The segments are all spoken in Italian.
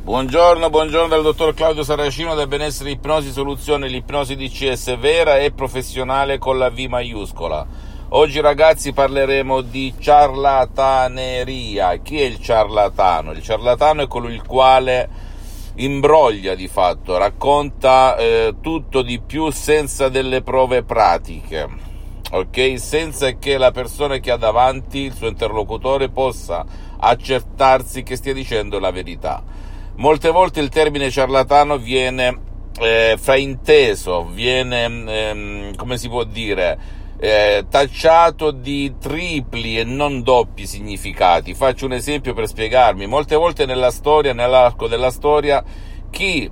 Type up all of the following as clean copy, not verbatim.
Buongiorno dal dottor Claudio Saracino del Benessere Ipnosi Soluzione, l'ipnosi DCS vera e professionale con la V maiuscola. Oggi ragazzi parleremo di ciarlataneria. Chi è il ciarlatano? Il ciarlatano è colui il quale imbroglia di fatto, racconta tutto di più senza delle prove pratiche, ok? Senza che la persona che ha davanti, il suo interlocutore, possa accertarsi che stia dicendo la verità. Molte volte il termine ciarlatano viene frainteso, viene, come si può dire, tacciato di tripli e non doppi significati. Faccio un esempio per spiegarmi. Molte volte nella storia, nell'arco della storia, chi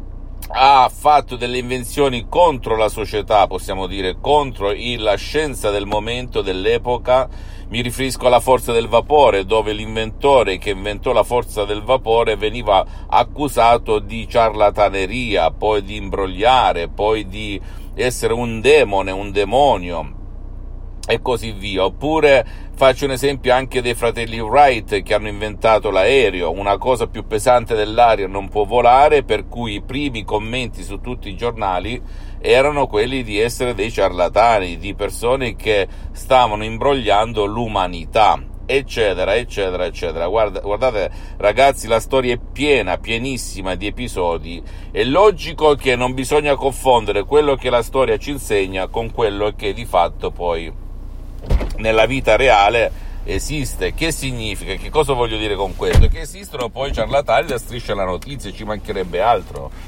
ha fatto delle invenzioni contro la società, possiamo dire, contro la scienza del momento, dell'epoca. Mi riferisco alla forza del vapore, dove l'inventore che inventò la forza del vapore veniva accusato di ciarlataneria, poi di imbrogliare, poi di essere un demone, un demonio e così via. Oppure faccio un esempio anche dei fratelli Wright che hanno inventato l'aereo. Una cosa più pesante dell'aria non può volare, per cui i primi commenti su tutti i giornali erano quelli di essere dei ciarlatani, di persone che stavano imbrogliando l'umanità, eccetera eccetera eccetera. Guardate ragazzi, la storia è pienissima di episodi. È logico che non bisogna confondere quello che la storia ci insegna con quello che di fatto poi nella vita reale esiste. Che significa? Che cosa voglio dire con questo? Che esistono poi ciarlatani da Striscia alla Notizia, ci mancherebbe altro.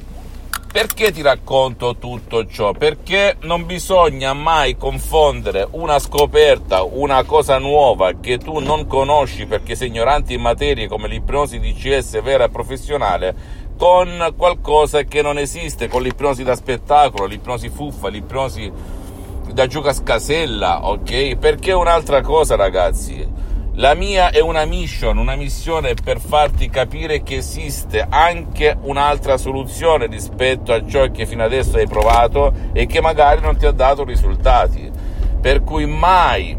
Perché ti racconto tutto ciò? Perché non bisogna mai confondere una scoperta, una cosa nuova che tu non conosci perché sei ignorante in materie come l'ipnosi DCS vera e professionale, con qualcosa che non esiste, con l'ipnosi da spettacolo, l'ipnosi fuffa, l'ipnosi da giocascasella, ok? Perché è un'altra cosa ragazzi. La mia è una missione per farti capire che esiste anche un'altra soluzione rispetto a ciò che fino adesso hai provato e che magari non ti ha dato risultati. Per cui mai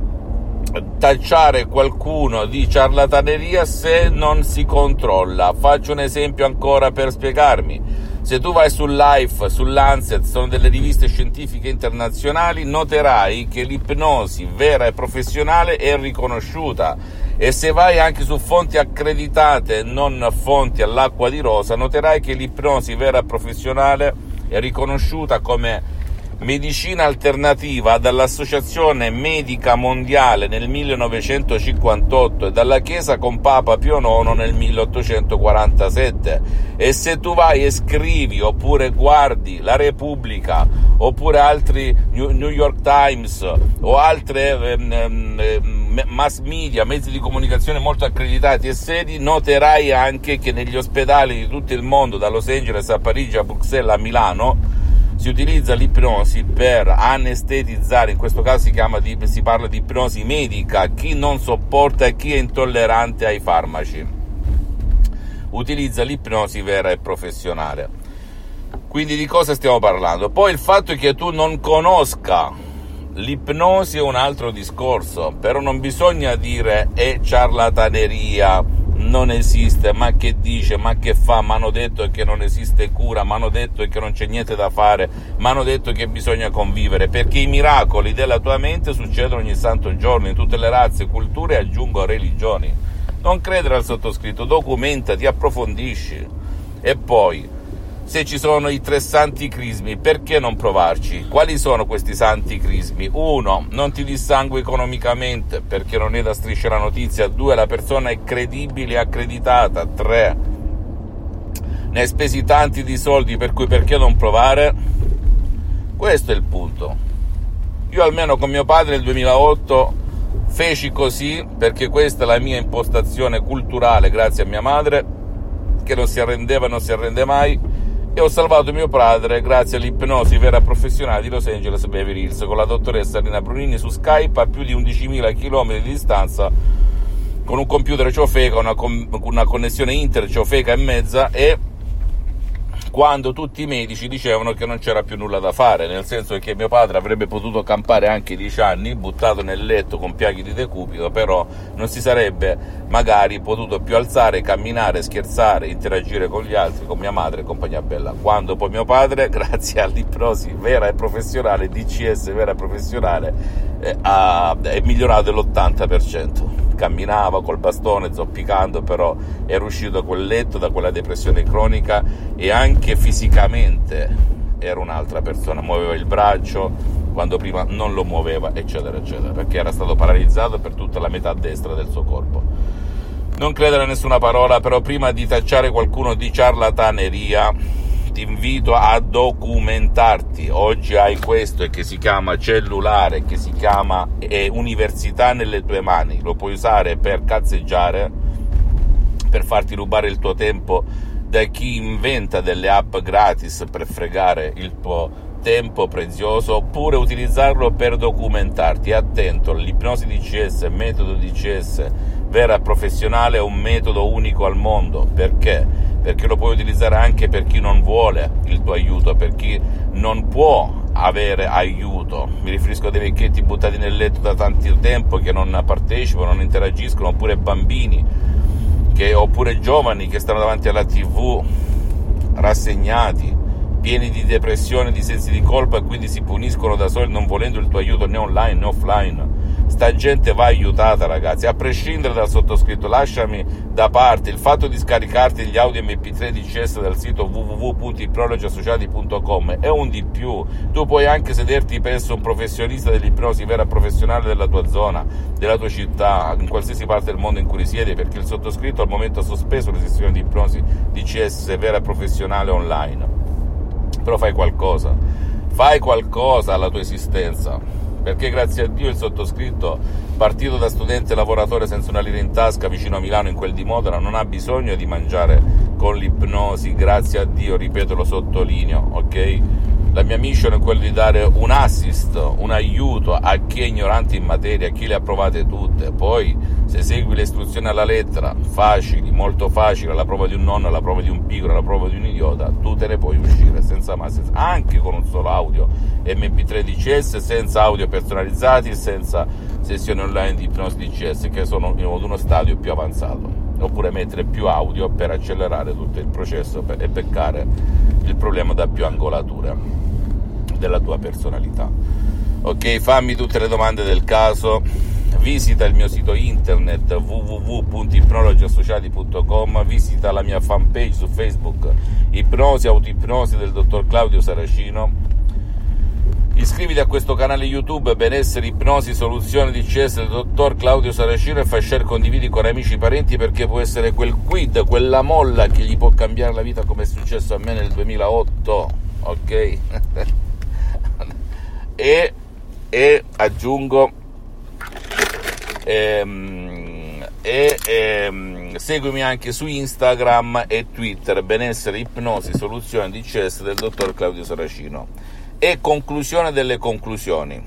tacciare qualcuno di ciarlataneria se non si controlla. Faccio un esempio ancora per spiegarmi. Se tu vai sul Life, sull'Lancet, sono delle riviste scientifiche internazionali, noterai che l'ipnosi vera e professionale è riconosciuta. E se vai anche su fonti accreditate, non fonti all'acqua di rosa, noterai che l'ipnosi vera e professionale è riconosciuta come medicina alternativa dall'Associazione Medica Mondiale nel 1958 e dalla Chiesa con Papa Pio IX nel 1847. E se tu vai e scrivi oppure guardi La Repubblica oppure altri New York Times o altre mass media, mezzi di comunicazione molto accreditati e seri, noterai anche che negli ospedali di tutto il mondo, da Los Angeles a Parigi a Bruxelles a Milano, si utilizza l'ipnosi per anestetizzare. In questo caso si parla di ipnosi medica, chi non sopporta e chi è intollerante ai farmaci utilizza l'ipnosi vera e professionale. Quindi di cosa stiamo parlando? Poi il fatto che tu non conosca l'ipnosi è un altro discorso, però non bisogna dire è ciarlataneria, non esiste, ma che dice, ma che fa, mi hanno detto che non esiste cura, mi hanno detto che non c'è niente da fare, mi hanno detto che bisogna convivere, perché i miracoli della tua mente succedono ogni santo giorno, in tutte le razze, culture e aggiungo religioni. Non credere al sottoscritto, documentati, approfondisci. E poi, se ci sono i 3 santi crismi, perché non provarci? Quali sono questi santi crismi? 1. Non ti dissangui economicamente, perché non è da Striscia la Notizia. 2. La persona è credibile e accreditata. 3. Ne hai spesi tanti di soldi, per cui perché non provare? Questo è il punto. Io almeno con mio padre nel 2008 feci così, perché questa è la mia impostazione culturale, grazie a mia madre, che non si arrendeva e non si arrende mai. E ho salvato mio padre grazie all'ipnosi vera professionale di Los Angeles Beverly Hills con la dottoressa Rina Brunini su Skype a più di 11.000 km di distanza, con un computer ciofeca, una connessione internet ciofeca e mezza, e quando tutti i medici dicevano che non c'era più nulla da fare, nel senso che mio padre avrebbe potuto campare anche 10 anni, buttato nel letto con piaghe di decubito, però non si sarebbe magari potuto più alzare, camminare, scherzare, interagire con gli altri, con mia madre e compagnia bella. Quando poi mio padre, grazie all'ipnosi vera e professionale, DCS vera e professionale, è migliorato dell'80%. Camminava col bastone, zoppicando, però era uscito da quel letto, da quella depressione cronica, e anche fisicamente era un'altra persona, muoveva il braccio quando prima non lo muoveva, eccetera eccetera, perché era stato paralizzato per tutta la metà destra del suo corpo. Non credere a nessuna parola, però prima di tacciare qualcuno di ciarlataneria ti invito a documentarti. Oggi hai questo che si chiama cellulare, che si chiama università nelle tue mani, lo puoi usare per cazzeggiare, per farti rubare il tuo tempo da chi inventa delle app gratis per fregare il tuo tempo prezioso, oppure utilizzarlo per documentarti. Attento, l'ipnosi DCS, metodo DCS vera e professionale, è un metodo unico al mondo. Perché? Perché lo puoi utilizzare anche per chi non vuole il tuo aiuto, per chi non può avere aiuto. Mi riferisco a dei vecchietti buttati nel letto da tanto tempo, che non partecipano, non interagiscono, oppure bambini, oppure giovani che stanno davanti alla TV rassegnati, pieni di depressione, di sensi di colpa, e quindi si puniscono da soli non volendo il tuo aiuto né online né offline. Sta gente va aiutata, ragazzi, a prescindere dal sottoscritto. Lasciami da parte il fatto di scaricarti gli audio MP3 DCS dal sito www.ipnologiassociati.com, è un di più. Tu puoi anche sederti presso un professionista dell'ipnosi vera professionale della tua zona, della tua città, in qualsiasi parte del mondo in cui risiedi, perché il sottoscritto al momento ha sospeso le sessioni di ipnosi DCS vera e professionale online. Però fai qualcosa alla tua esistenza, perché grazie a Dio il sottoscritto, partito da studente lavoratore senza una lira in tasca vicino a Milano, in quel di Modena, non ha bisogno di mangiare con l'ipnosi, grazie a Dio, ripeto, lo sottolineo, ok? La mia mission è quella di dare un assist, un aiuto a chi è ignorante in materia, a chi le ha provate tutte. Poi, se segui le istruzioni alla lettera, facili, molto facili, alla prova di un nonno, alla prova di un pigro, alla prova di un idiota, tu te ne puoi uscire senza anche con un solo audio MP3 DCS, senza audio personalizzati, senza sessioni online di ipnosi DCS, che sono ad uno stadio più avanzato. Oppure mettere più audio per accelerare tutto il processo e beccare il problema da più angolature della tua personalità. Ok, fammi tutte le domande del caso, visita il mio sito internet www.ipnologiassociati.com, visita la mia fanpage su Facebook, Ipnosi Autoipnosi del dottor Claudio Saracino. Iscriviti a questo canale YouTube Benessere Ipnosi Soluzione DCS del dottor Claudio Saracino, e fai share, condividi con amici e parenti, perché può essere quel quid, quella molla che gli può cambiare la vita, come è successo a me nel 2008, ok? e aggiungo seguimi anche su Instagram e Twitter, Benessere Ipnosi Soluzione DCS del dottor Claudio Saracino. E conclusione delle conclusioni,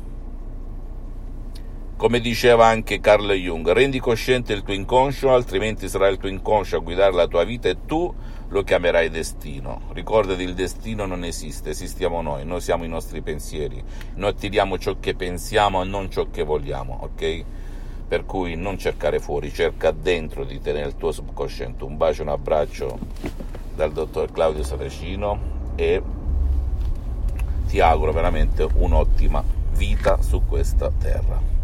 come diceva anche Carl Jung: rendi cosciente il tuo inconscio, altrimenti sarà il tuo inconscio a guidare la tua vita e tu lo chiamerai destino. Ricordati, il destino non esiste, esistiamo noi siamo i nostri pensieri, noi attiriamo ciò che pensiamo e non ciò che vogliamo, ok? Per cui non cercare fuori, cerca dentro di te, nel tuo subconsciente. Un bacio, un abbraccio dal dottor Claudio Saracino, e ti auguro veramente un'ottima vita su questa terra.